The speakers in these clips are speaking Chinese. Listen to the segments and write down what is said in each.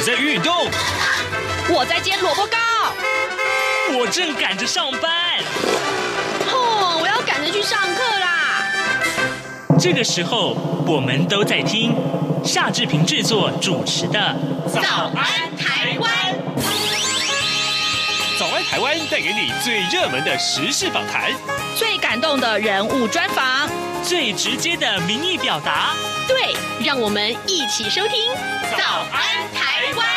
在运动， 我在煎萝卜糕， 我正赶着上班。 我要赶着去上课啦。 这个时候，我们都在听夏志平制作主持的《 早安台湾》。 早安台湾带给你最热门的时事访谈， 最感动的人物专访， 最直接的民意表达。 对，让我们一起收听《早安台湾》。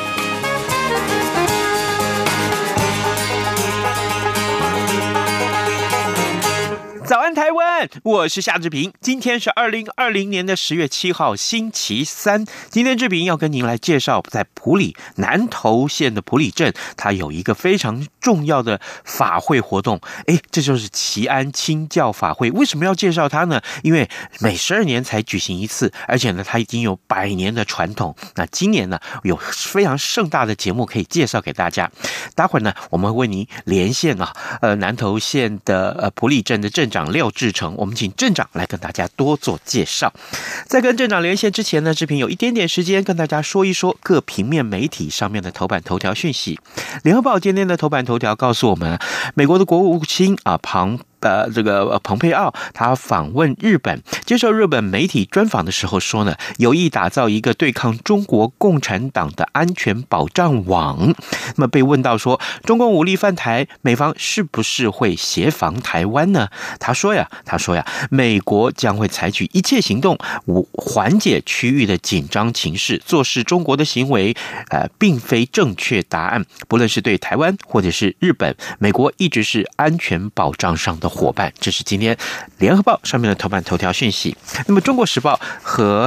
早安台湾，我是夏志平。今天是2020年的10月7号，星期三。今天志平要跟您来介绍，在埔里南投县的埔里镇，它有一个非常重要的法会活动。这就是祈安清教法会。为什么要介绍它呢？因为每12年才举行一次，而且呢，它已经有100年的传统。那今年呢，有非常盛大的节目可以介绍给大家。待会儿呢，我们会为您连线南投县的埔里镇的镇长廖志成，我们请镇长来跟大家多做介绍。在跟镇长连线之前呢，志平有一点点时间跟大家说一说各平面媒体上面的头版头条讯息。联合报今天的头版头条告诉我们，美国的国务卿蓬佩奥他访问日本，接受日本媒体专访的时候说呢，有意打造一个对抗中国共产党的安全保障网。那么被问到说，中共武力犯台，美方是不是会协防台湾呢？他说呀，美国将会采取一切行动，缓解区域的紧张情势。坐视中国的行为，并非正确答案。不论是对台湾或者是日本，美国一直是安全保障上的伙伴。这是今天联合报上面的头版头条讯息。那么中国时报和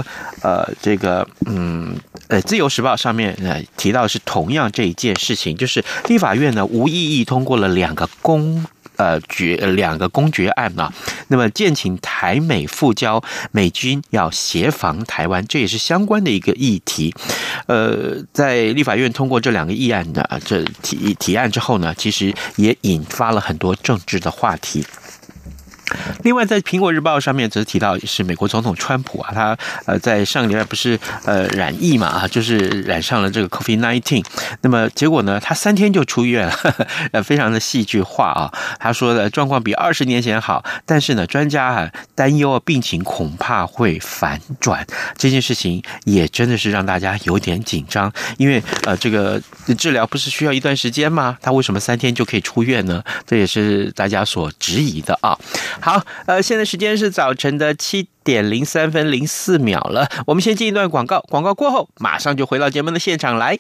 自由时报上面提到的是同样这一件事情，就是立法院呢无异议通过了两个公决案啊，那么建请台美复交，美军要协防台湾，这也是相关的一个议题。在立法院通过这两个议案的这提案之后呢，其实也引发了很多政治的话题。另外，在苹果日报上面则提到是美国总统川普啊，他在上个礼拜不是染疫嘛就是染上了这个 COVID-19， 那么结果呢，他3天就出院了，非常的戏剧化啊。他说的状况比20年前好，但是呢，专家担忧病情恐怕会反转。这件事情也真的是让大家有点紧张，因为这个治疗不是需要一段时间吗？他为什么3天就可以出院呢？这也是大家所质疑的啊。好，现在时间是早晨的7点03分04秒了。我们先进一段广告，广告过后马上就回到节目的现场来。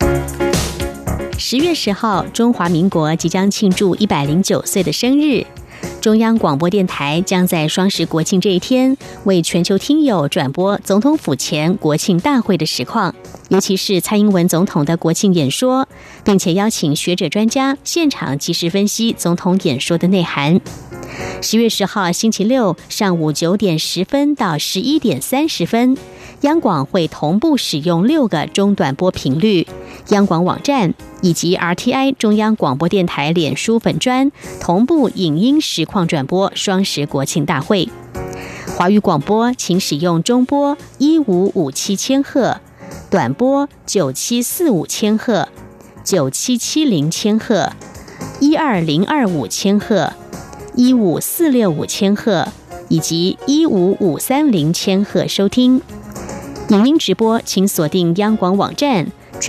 10月10号，中华民国即将庆祝109岁的生日。中央广播电台将在双十国庆这一天，为全球听友转播总统府前国庆大会的实况，尤其是蔡英文总统的国庆演说，并且邀请学者专家现场即时分析总统演说的内涵。10月10号星期六上午9点10分到11点30分，央广会同步使用6个中短波频率，央广网站以及 RTI 中央广播电台脸书粉专同步影音实况转播双十国庆大会。华语广播请使用中波1557千赫，短波9745千赫、9770千赫、12025千赫、15465千赫以及15530千赫收听。影音直播请锁定央广网站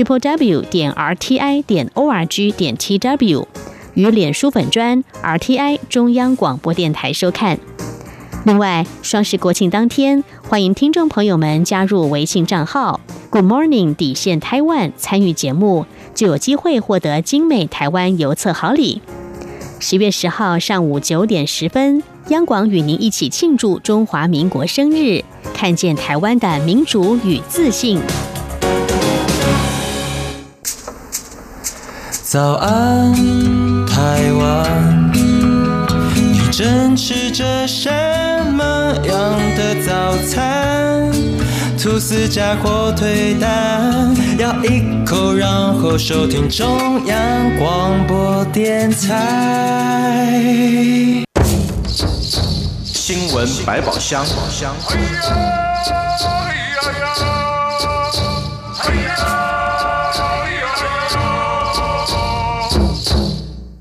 www.rti.org.tw 与脸书粉专 RTI 中央广播电台收看。另外，双十国庆当天，欢迎听众朋友们加入微信账号 Good Morning Taiwan 参与节目，就有机会获得精美台湾邮册好礼。10月10号上午9点10分，央广与您一起庆祝中华民国生日，看见台湾的民主与自信。 早安，台湾，你正吃着什么样的早餐？吐司加火腿蛋，咬一口，然后收听中央广播电台。 新闻百宝箱。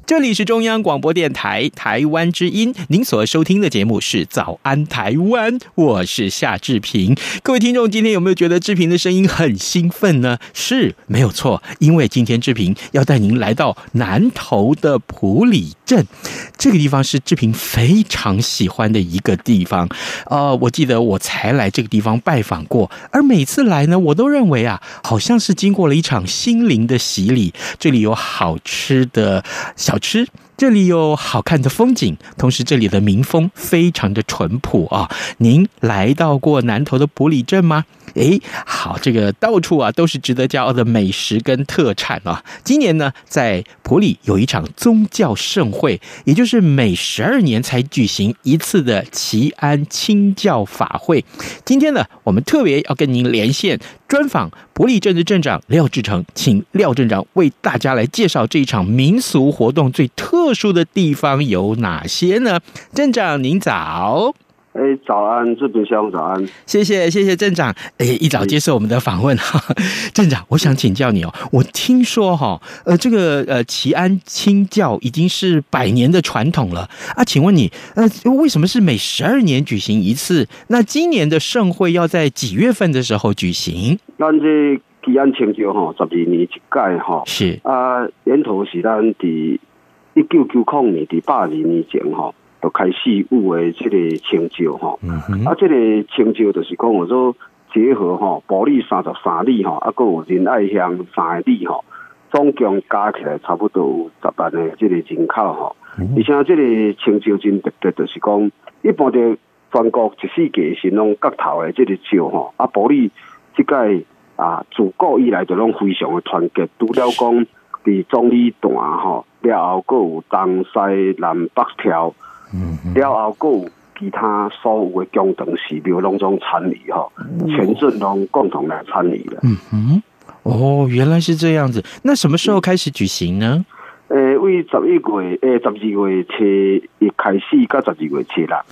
这里是中央广播电台台湾之音，您所收听的节目是早安台湾，我是夏志平。各位听众，今天有没有觉得志平的声音很兴奋呢？是没有错，因为今天志平要带您来到南投的埔里镇，这个地方是志平非常喜欢的一个地方。我记得我才来这个地方拜访过，而每次来呢，我都认为好像是经过了一场心灵的洗礼。这里有好吃的小吃，这里有好看的风景，同时这里的民风非常的淳朴啊。您来到过南投的埔里镇吗？好，这个到处都是值得骄傲的美食跟特产啊。今年呢，在埔里有一场宗教盛会，也就是每12年才举行一次的祈安清教法会。今天呢，我们特别要跟您连线专访埔里镇的镇长廖志成，请廖镇长为大家来介绍这一场民俗活动最特殊的地方有哪些呢？镇长您早。 早安，志平兄，早安。谢谢镇长，一早接受我们的访问哈。镇长，我想请教你我听说这个祈安清教已经是100年的传统了啊，请问你为什么是每12年举行一次？那今年的盛会要在几月份的时候举行？ 咱这祈安清教12年一届是源头是咱伫1990年伫82年前就开始有的这个清教这个清教就是讲我说结合埔里33里还有仁爱乡3个里总共加起来差不多有10万的这个人口而且这个清教真特别，就是讲一般的全国一世界是拢各头的这个教埔里这届自古以来就拢非常的团结，除了讲伫总理段了后还有东西南北调。了后，还有其他所有的宫堂寺庙拢总参与全镇拢共同来参与的。 原来是这样子。那什么时候开始举行呢？ 为12月初一开始，到12月7啦。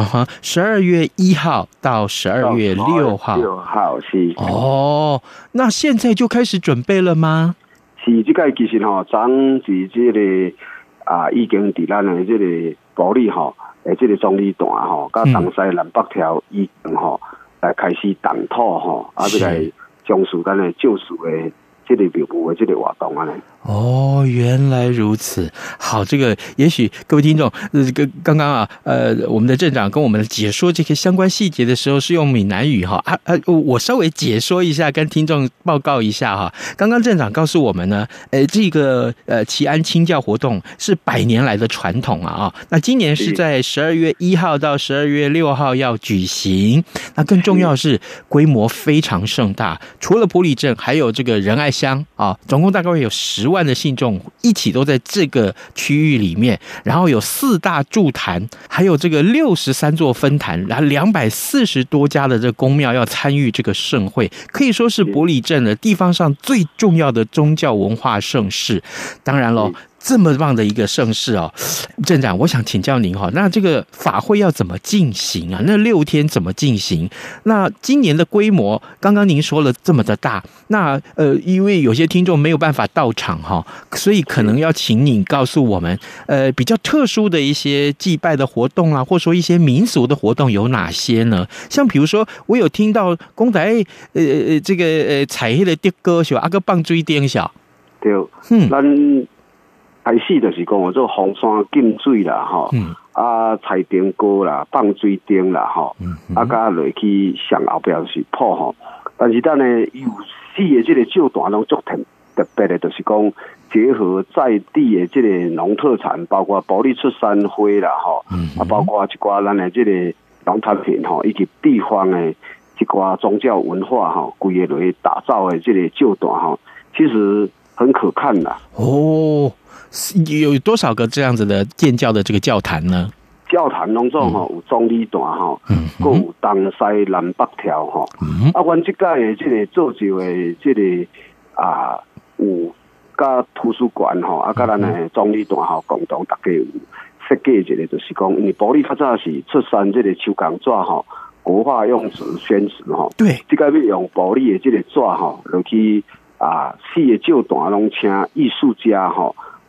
12月1号到12月6号。 6号是。 那现在就开始准备了吗？ 是，这个其实昨是这个已经伫咱的这个埔里这个总理段甲东西南北调已经来开始动土这个将士咱的救赎的这个庙宇的这个活动原来如此。好，这个也许各位听众，刚刚我们的镇长跟我们解说这个相关细节的时候是用闽南语我稍微解说一下，跟听众报告一下刚刚镇长告诉我们呢，这个祈安清教活动是100年来的传统那今年是在12月1号到12月6号要举行。那更重要的是规模非常盛大，除了埔里镇，还有这个仁爱乡总共大概有10万的信众一起都在这个区域里面，然后有4大筑坛，还有这个63座分坛，然后240多家的这个宫庙要参与这个盛会，可以说是埔里镇的地方上最重要的宗教文化盛事。当然咯，这么棒的一个盛事镇长，我想请教您那这个法会要怎么进行那6天怎么进行？那今年的规模，刚刚您说了这么的大，那因为有些听众没有办法到场所以可能要请你告诉我们比较特殊的一些祭拜的活动或者说一些民俗的活动有哪些呢？像比如说，我有听到讲台这个彩黑的碟歌小个放水灯小， 对，咱开始就是讲做红山浸水啦彩灯歌啦，放水灯啦甲落去上后壁就是破但是咱呢有4个这个教团拢足特别的，就是讲结合在地的这个农特产，包括埔里出山花啦包括一寡咱的这个农产品以及地方的一寡宗教文化规个落去打造的这个教团其实很可看啦。 有多少个这样子的建教的这个教坛呢？ 教坛拢总有总理段还有东西南北调阮这届的这个做就的这个有甲图书馆甲咱的总理段共同大家有设计一个，就是讲因为埔里较早是出产这个手工纸国画用纸宣纸对， 这个要用埔里的这个纸落去4个教团拢请艺术家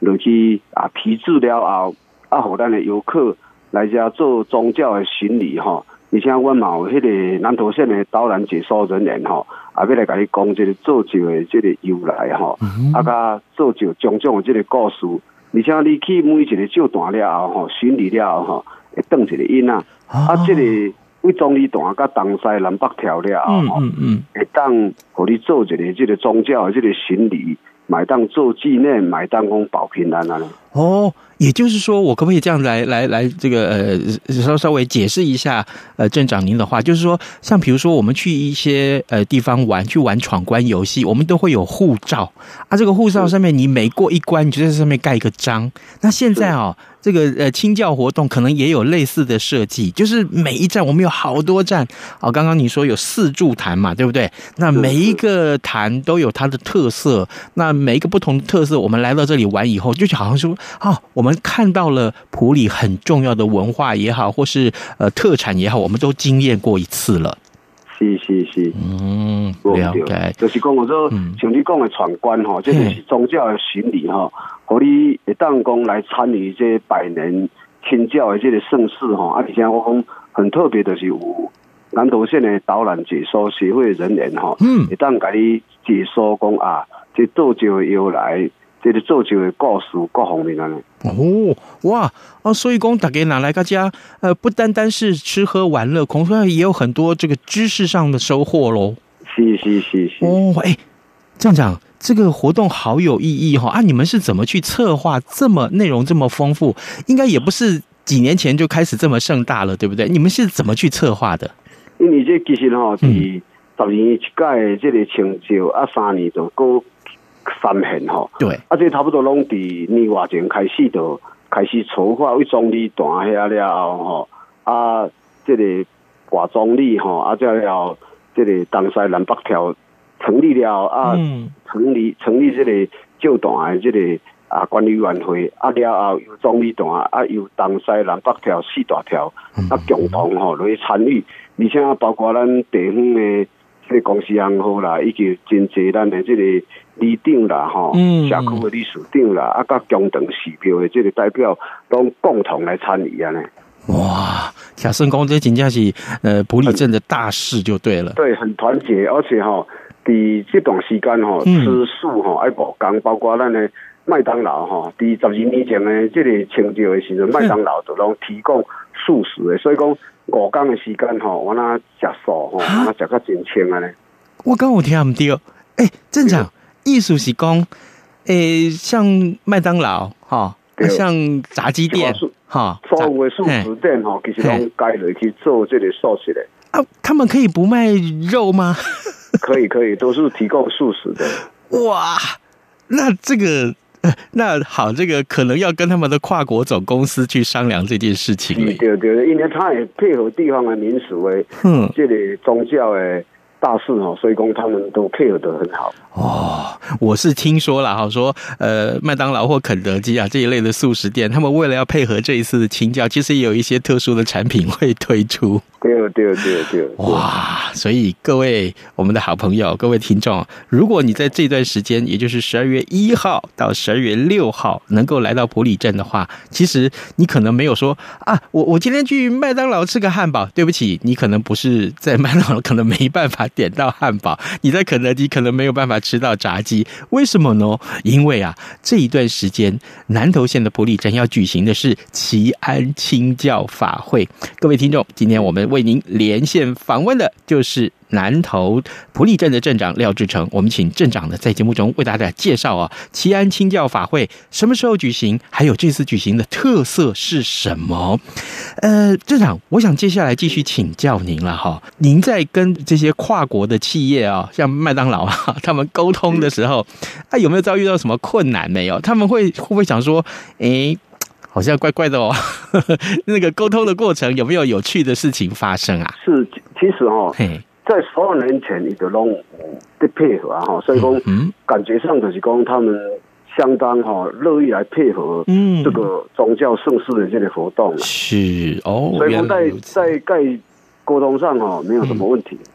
落去批注了后，互咱的游客来遮做宗教的巡礼吼。而且阮嘛有迄个南投县的导览解说人员吼，要来甲你讲这个造就的这个由来吼，甲造就种种的这个故事。而且你去每一个旧段了后吼，巡礼了后吼，会转一个音啊，这个为中里段甲东西南北调了后吼，会当互你做一个这个宗教的这个巡礼，买当做纪念，买当讲保平安啊。 哦，也就是说，我可不可以这样来这个稍微解释一下镇长您的话，就是说，像比如说我们去一些地方玩闯关游戏，我们都会有护照啊，这个护照上面你每过一关，你就在上面盖一个章。那现在这个清教活动可能也有类似的设计，就是每一站我们有好多站刚刚你说有4柱坛嘛，对不对？那每一个坛都有它的特色，那每一个不同的特色，我们来到这里玩以后，就好像说我们看到了埔里很重要的文化也好，或是特产也好，我们都经验过一次了。 是， 了解。 就是讲我说，像你讲的闯关吼，这就是宗教的巡礼吼，互你会当讲来参与这100年清教的这个盛事吼，而且我讲很特别的是有南投县的导览解说协会人员吼，会当甲你解说讲这造就的由来。这个造就的故事各方面呢？ 所以讲大家拿来大家不单单是吃喝玩乐，恐怕也有很多这个知识上的收获咯。 是。 镇长，这个活动好有意义你们是怎么去策划？内容这么丰富，应该也不是几年前就开始这么盛大了，对不对？你们是怎么去策划的？ 因为这其实第12年一届的这个清照3年就过。3现吼， 对， 这差不多拢伫年外前开始就开始筹划，为中里段遐了后吼，这个挂中里吼，再了这个东西南北调成立了成立这个旧段的这个管理委员会，了后由中里段由东西南北调4大条共同落去参与，而且包括咱地方的这个公司行号啦，以及真济咱的这个里长啦，社区的理事长啦，甲中长市票的这个代表，都共同来参与呢。 哇，听说讲这真正是埔里镇的大事就对了。 对，很团结，而且伫这段时间吃素爱无讲，包括咱的麦当劳伫12年前的这个清照的时阵，麦当劳就拢提供素食的，所以讲5天的时间我那吃素我那吃到真清啊呢。 我刚有听唔对，镇长，意思是讲，像麦当劳像炸鸡店所有的素食店其实拢改落去做这个素食的。 他们可以不卖肉吗？ 可以，都是提供素食的。 哇，那这个。那好，这个可能要跟他们的跨国总公司去商量这件事情。对， 因为他也配合地方的民俗的，这个宗教的大事所以讲他们都配合得很好。 我是听说了说麦当劳或肯德基这一类的素食店，他们为了要配合这一次的清教，其实也有一些特殊的产品会推出。 对。 哇！所以各位我们的好朋友，各位听众，如果你在这段时间，也就是12月1号到12月6号能够来到埔里镇的话，其实你可能没有说我今天去麦当劳吃个汉堡，对不起，你可能不是在麦当劳，可能没办法点到汉堡，你在肯德基可能没有办法吃到炸鸡，为什么呢？因为这一段时间南投县的埔里镇要举行的是祈安清教法会。各位听众，今天我们为您连线访问的就是南投埔里镇的镇长廖志成，我们请镇长呢在节目中为大家介绍祈安清教法会什么时候举行，还有这次举行的特色是什么。镇长，我想接下来继续请教您了您在跟这些跨国的企业像麦当劳他们沟通的时候有没有遭遇到什么困难没有？他们会不会想说好像怪怪的那个沟通的过程有没有有趣的事情发生啊？ 是，其实在12年前你就拢在配合所以说感觉上就是讲他们相当乐意来配合这个宗教盛事的这个活动。 是所以说在沟通上没有什么问题。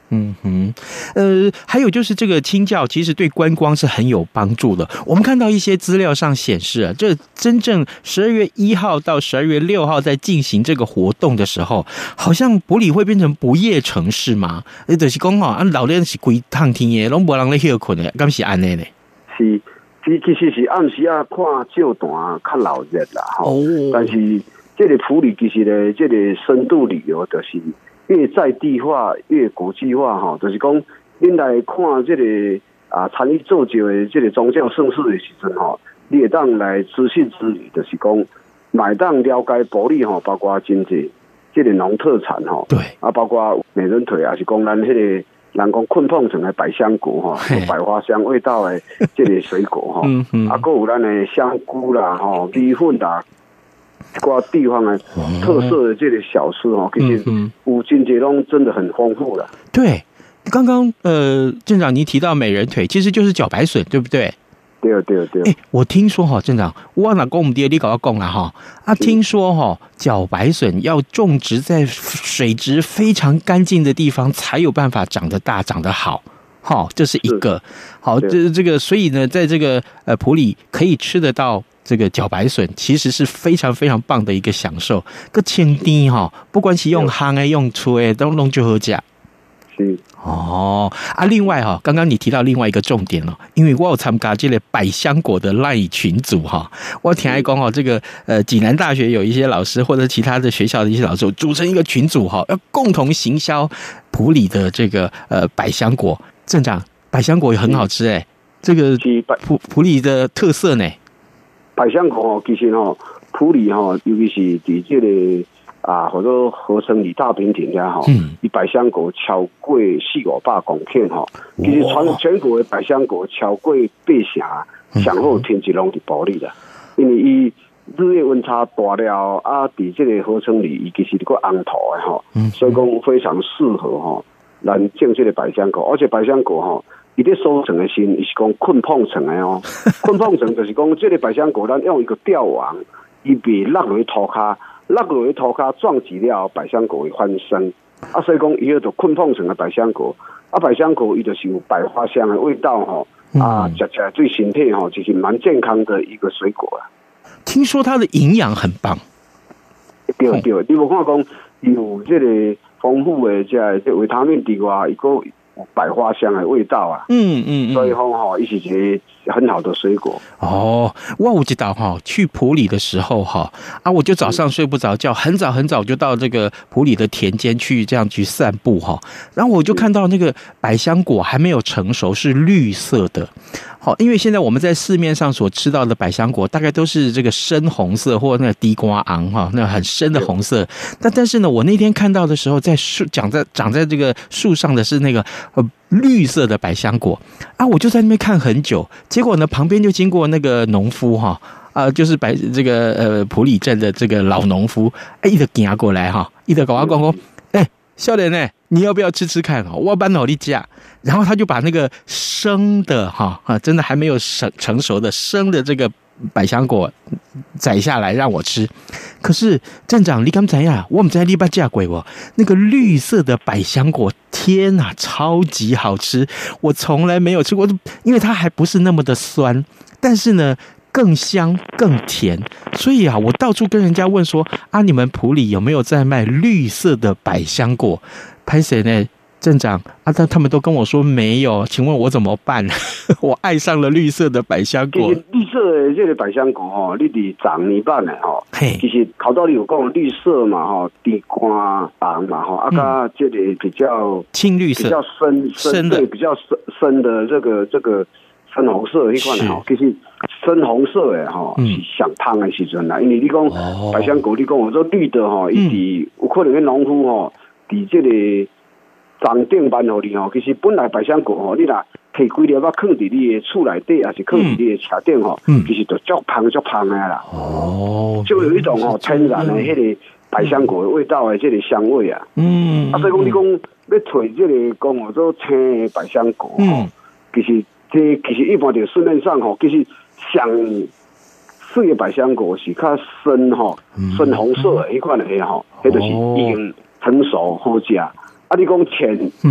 还有就是这个清教其实对观光是很有帮助的。我们看到一些资料上显示啊，这真正12月1号到12月6号在进行这个活动的时候，好像埔里会变成不夜城市嘛？就是讲啊，老人是规趟天的，拢无人咧休困的，敢是安尼呢？ 是，其实是暗时啊看照段较闹热啦吼。但是这个埔里其实呢，这个深度旅游就是越在地化越国际化吼，就是讲恁来看这个参与做这个这个宗教盛事的时阵吼，你会当来资讯之旅，就是讲买当了解埔里吼，包括经济这个农特产吼， 对包括美人腿啊，是讲咱迄个人讲困碰成的百香果吼，百花香味道的这个水果吼，还有咱的香菇啦吼，米粉啦。一寡地方的特色的这个小吃哦，其实有真济拢真的很丰富了。对， 刚刚镇长您提到美人腿，其实就是茭白笋，对不对？ 对。 我听说哈，镇长，我哪讲唔对，你搞我讲啦哈。听说哈，茭白笋要种植在水质非常干净的地方，才有办法长得大、长得好。好，这是一个好，这个，所以呢，在这个埔里可以吃得到。这个茭白笋其实是非常非常棒的一个享受，个清甜哈，不管是用烘的用吹的都弄就好吃。 是另外哈，刚刚你提到另外一个重点了，因为我有参加这个百香果的LINE群组哈，我听爱讲哈，这个济南大学有一些老师或者其他的学校的一些老师组成一个群组哈，要共同行销埔里的这个百香果。镇长，百香果也很好吃这个埔里的特色呢。 百香果其实埔里尤其是伫这个或者合成里大平顶遐伊百香果超过400-500公顷其实全国的百香果超过8成，上好天气拢伫埔里啦，因为伊日夜温差大了伫这个合成里伊其实个红土的所以讲非常适合咱种这个百香果，而且百香果伊咧收成的时，伊是讲困碰成的困碰成就是讲，这个百香果咱用一个吊网，伊被落落土骹，落落土骹撞击了，百香果会翻身。所以讲伊迄个困碰成的百香果，百香果伊就是有百花香的味道吃起来对身体其实蛮健康的一个水果听说它的营养很棒。 对，你无看讲有这个丰富的这维他命之外，伊个百花香的味道所以伊是一个很好的水果。 我有一道去埔里的时候我就早上睡不着觉，很早就到这个埔里的田间去这样去散步然后我就看到那个百香果还没有成熟，是绿色的。因为现在我们在市面上所吃到的百香果大概都是这个深红色或那个地瓜红那很深的红色，但是呢，我那天看到的时候，在树长在这个树上的是那个绿色的百香果我就在那边看很久，结果呢，旁边就经过那个农夫就是这个埔里镇的这个老农夫，一直行过来一直跟我讲说，少年呢，你要不要吃吃看我帮你加。然后他就把那个生的真的还没有成熟的生的这个百香果摘下来让我吃。可是镇长，你敢知呀？我们在你捌吃过我那个绿色的百香果，天哪，超级好吃！我从来没有吃过，因为它还不是那么的酸，但是呢更香更甜，所以我到处跟人家问说你们埔里有没有在卖绿色的百香果？拍谁呢？镇长但他们都跟我说没有，请问我怎么办？我爱上了绿色的百香果。其实绿色的这个百香果你伫长年版的其实考到你有讲绿色嘛地瓜红嘛加这个比较青绿色， 比较深的，比较深的这个深红色迄款其实深红色的是上香的时阵因为你讲百香果，你讲我说绿的伊伫有可能个农夫伫这个长顶办互你其实本来百香果你若摕几粒放伫你的厝内底，还是放伫你的车顶其实就足香的啦。就有一种天然的迄个百香果的味道的这个香味所以讲你讲要找这个讲做青的百香果其实一般在市面上其实上水的百香果是较深深红色的迄款的迄就是已经成熟好食。你讲浅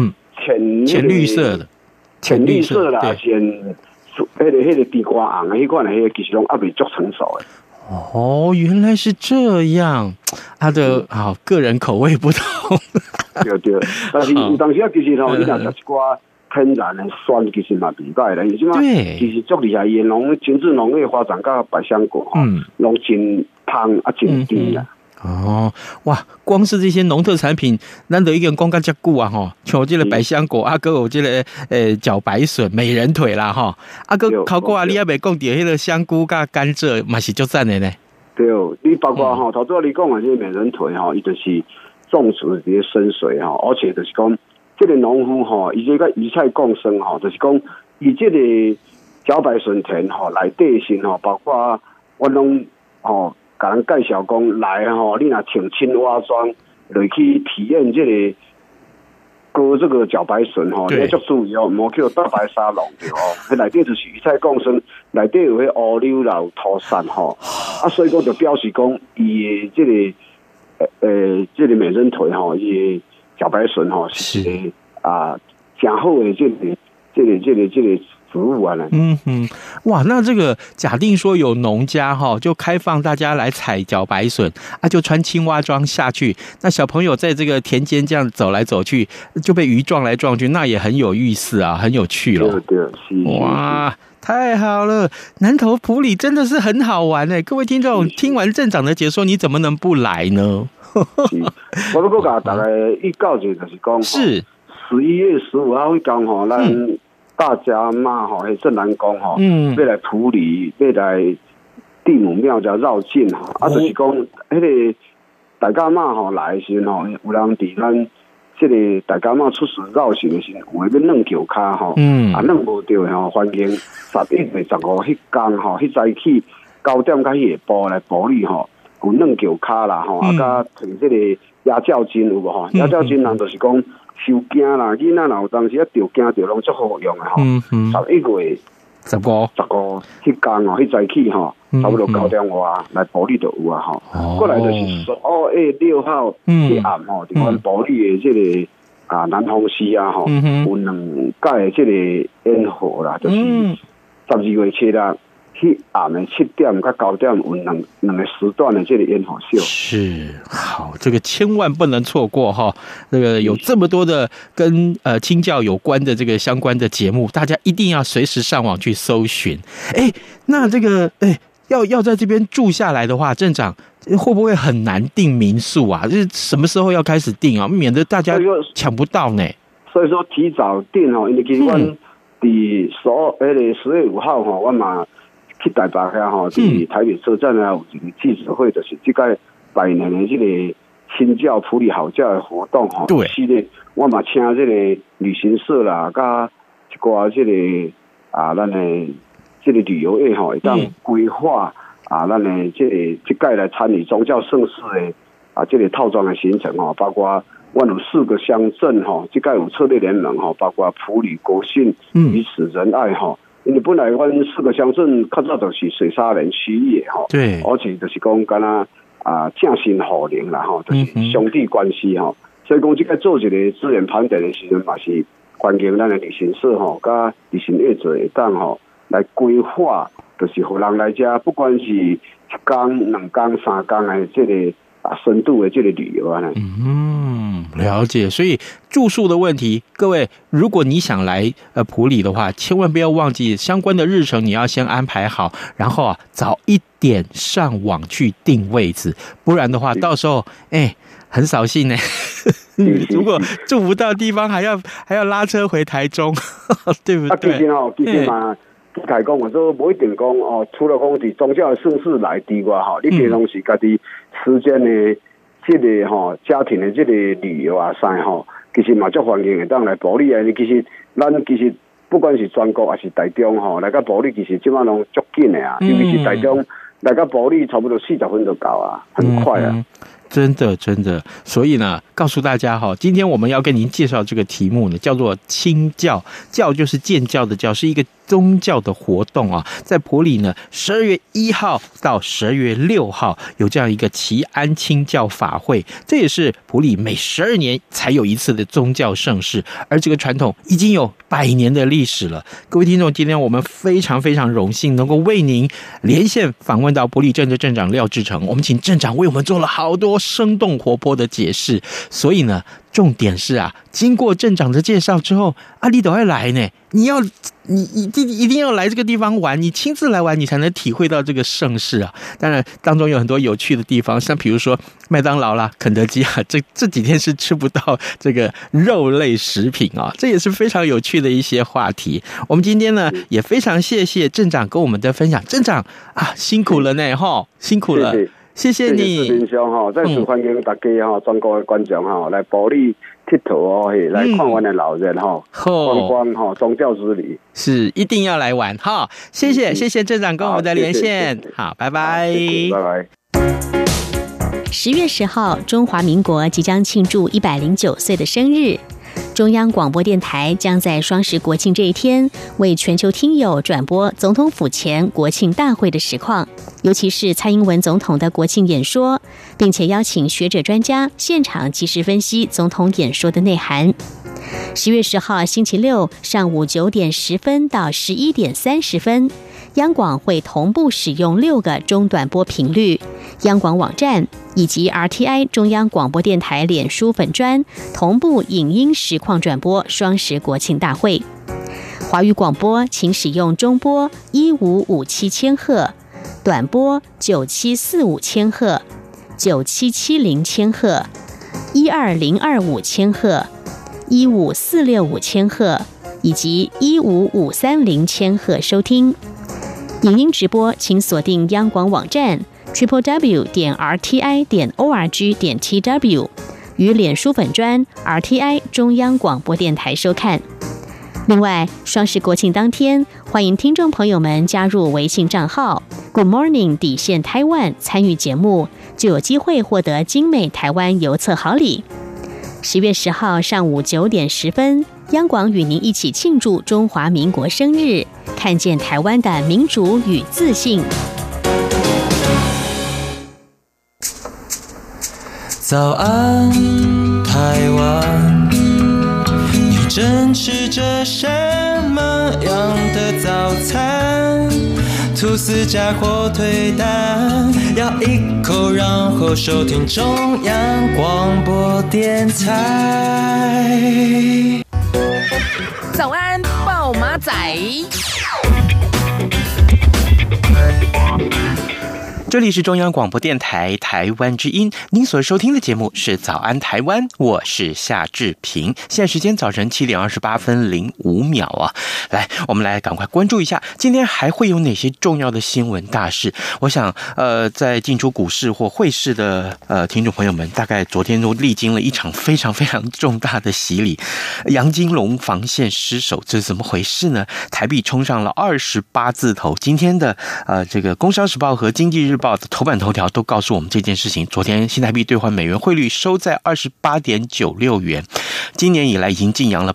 浅绿色的， 浅绿色啦，显迄个地瓜红的迄款的，迄个其实拢还未足成熟的。 哦，原来是这样，他的个人口味不同。 对，但是有当时其实你若食一寡天然的酸，其实嘛袂歹啦。因为即马其实足厉害，伊农精致农业发展甲百香果拢真香真甜啦。 哦，哇！光是这些农特产品，咱都已经讲到这久啊吼，像这个百香果啊，还有这个茭白笋、美人腿啦哈，啊个考过啊，你也未讲到迄个香菇甲甘蔗，嘛是足赞的呢。 对，你包括头拄你讲的这个美人腿伊就是种植伫咧深水而且就是讲，这个农夫伊这个鱼菜共生就是讲，伊这个茭白笋田内底是包括我拢甲人介绍讲来你若穿青蛙装落去体验这个割这个茭白笋你足注意莫去大白沙龙对迄内底就是鱼菜共生，内底有迄乌柳啦、有土sản所以讲就表示讲伊的这个这个美人腿伊的茭白笋是真好的这个植物啊， 哇，那这个假定说有农家就开放大家来采茭白笋就穿青蛙装下去，那小朋友在这个田间这样走来走去，就被鱼撞来撞去，那也很有意思啊，很有趣咯。 对， 哇，太好了！南投埔里真的是很好玩哎，各位听众，听完镇长的解说，你怎么能不来呢？ 我要甲大家预告一下，就是讲是11月15号迄天咱大家嘛镇南宫要来埔里，要来地母庙才绕境就是讲迄个大家嘛来的时候有人伫咱这个大家嘛出事绕行的时候，有诶要软脚骹软无着欢迎11月15迄天迄早起9点到迄下晡来埔里有软脚骹啦甲摕这个鸭脚筋有无鸭脚筋人就是讲受惊啦，囡仔若有当时着惊着拢足好用的11月15迄天迄早起差不多9点外来埔里就有啊过来就是12月6号迄暗伫阮埔里的这个南丰市有2届这个烟火啦，就是12月7日迄暗的7点到9点有两个时段的这个烟火秀。 是，好，这个千万不能错过哈！这个有这么多的跟清教有关的这个相关的节目，大家一定要随时上网去搜寻。那这个要在这边住下来的话，镇长会不会很难订民宿啊？就是什么时候要开始订啊？免得大家抢不到呢。 所以说提早订因为其实阮伫10月5号我嘛去台北遐伫台北车站有一个记者会，就是这个百年的这个清教埔里好教的活动对，系列我嘛请这个旅行社啦，甲一寡这个咱的这个旅游业会当规划咱的这届来参与宗教盛事的这个套装的行程包括我有4个乡镇这届有策略联盟包括埔里、国信、彼此仁爱因为本来阮4个乡镇较早就是水沙连区域对， 而且就是讲敢若正心好灵啦就是兄弟关系所以讲这个做一个资源盘点的时阵嘛是欢迎咱的旅行社甲旅行业者会当来规划，就是互人来遮，不管是1天、2天、3天的这个深度的这个旅游了解。所以住宿的问题，各位，如果你想来埔里的话，千万不要忘记相关的日程，你要先安排好，然后早一点上网去订位置，不然的话，到时候很扫兴呢。如果住不到地方，还要拉车回台中，对不对？ 其实嘛。开讲，我说不一定讲除了讲是宗教的盛事来之外你平常时家己时间的这个家庭的这个旅游啥其实嘛足欢迎的，当来埔里其实咱其实不管是全国还是台中来到埔里，其实即马拢足紧的尤其是台中来到埔里差不多40分就到很快真的，所以呢，告诉大家今天我们要跟您介绍这个题目呢，叫做清教，教就是建教的教，是一个宗教的活动啊，在埔里呢，12月1号到12月6号有这样一个祈安清教法会，这也是埔里每12年才有一次的宗教盛事，而这个传统已经有100年的历史了。各位听众，今天我们非常非常荣幸能够为您连线访问到埔里镇的镇长廖志成，我们请镇长为我们做了好多生动活泼的解释。所以呢，重点是啊，经过镇长的介绍之后，你都要来呢。你一定要来这个地方玩，你亲自来玩，你才能体会到这个盛事啊。当然，当中有很多有趣的地方，像比如说麦当劳啦、肯德基啊，这几天是吃不到这个肉类食品啊，这也是非常有趣的一些话题。我们今天呢，也非常谢谢镇长跟我们的分享，镇长啊，辛苦了呢，辛苦了。谢谢你， 志平兄哈，在此欢迎大家哈，全国的观众哈，来埔里佚佗哦，来看完的老人哈，观光哈，宗教之旅是一定要来玩哈。谢谢镇长跟我们的连线，好，拜拜， 拜拜。 10月10号，中华民国即将庆祝109岁的生日。中央广播电台将在双十国庆这一天，为全球听友转播总统府前国庆大会的实况，尤其是蔡英文总统的国庆演说，并且邀请学者专家现场即时分析总统演说的内涵。10月10号星期六上午9点10分到11点30分，央广会同步使用6个中短波频率，央广网站以及 RTI 中央广播电台脸书粉专同步影音实况转播双十国庆大会。华语广播请使用中波15570千赫，短波9745千赫、9770千赫、12025千赫、15465千赫以及15530千赫收听。影音直播请锁定央广网站 www.rti.org.tw 与脸书粉专 RTI 中央广播电台收看。另外，双十国庆当天，欢迎听众朋友们加入微信账号 Good Morning Taiwan 参与节目，就有机会获得精美台湾邮册好礼。10月10号上午9点10分，央广与您一起庆祝中华民国生日，看见台湾的民主与自信。 早安，台湾，你正吃着什么样的早餐？吐司加火腿蛋，咬一口，然后收听中央广播电台。 早安，暴马仔。 这里是中央广播电台台湾之音，您所收听的节目是早安台湾，我是夏志平。现在时间早晨7点28分05秒啊，来，我们来赶快关注一下今天还会有哪些重要的新闻大事。我想在进出股市或汇市的听众朋友们，大概昨天都历经了一场非常非常重大的洗礼。杨金龙防线失守，这是怎么回事呢？台币冲上了28字头。今天的这个工商时报和经济日报的头版头条都告诉我们这件事情。昨天新台币兑换美元汇率收在 28.96 元，今年以来已经晋扬了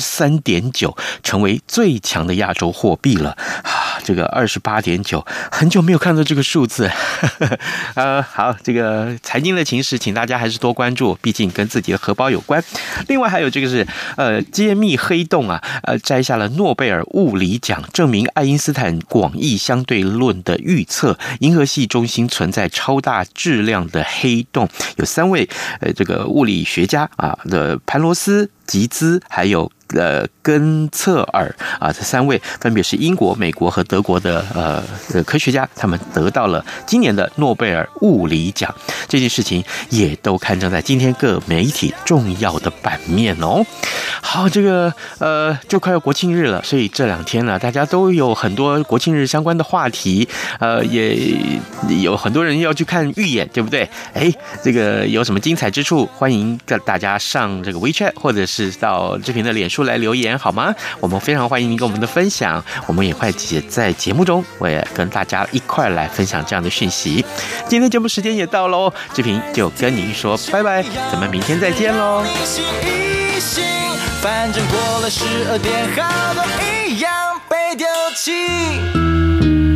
3.9%， 成为最强的亚洲货币了。这个 28.9 很久没有看到这个数字。好，这个财经的情势请大家还是多关注，毕竟跟自己的荷包有关。另外还有这个是揭秘黑洞啊，摘下了诺贝尔物理奖，证明爱因斯坦广义相对论的预测，银河系中心存在超大质量的黑洞。有3位这个物理学家啊的潘罗斯、吉兹还有根策尔啊，这3位分别是英国、美国和德国的科学家，他们得到了今年的诺贝尔物理奖。这件事情也都刊登在今天各媒体重要的版面哦。好，这个就快要国庆日了，所以这2天呢，大家都有很多国庆日相关的话题，也有很多人要去看预演，对不对？这个有什么精彩之处，欢迎大家上这个 WeChat 或者是到志平的脸书来留言好吗？我们非常欢迎您跟我们的分享，我们也会在节目中我也跟大家一块来分享这样的讯息。今天节目时间也到喽，志平就跟您说拜拜，咱们明天再见喽。 反正过了12点，好都一样被掉漆。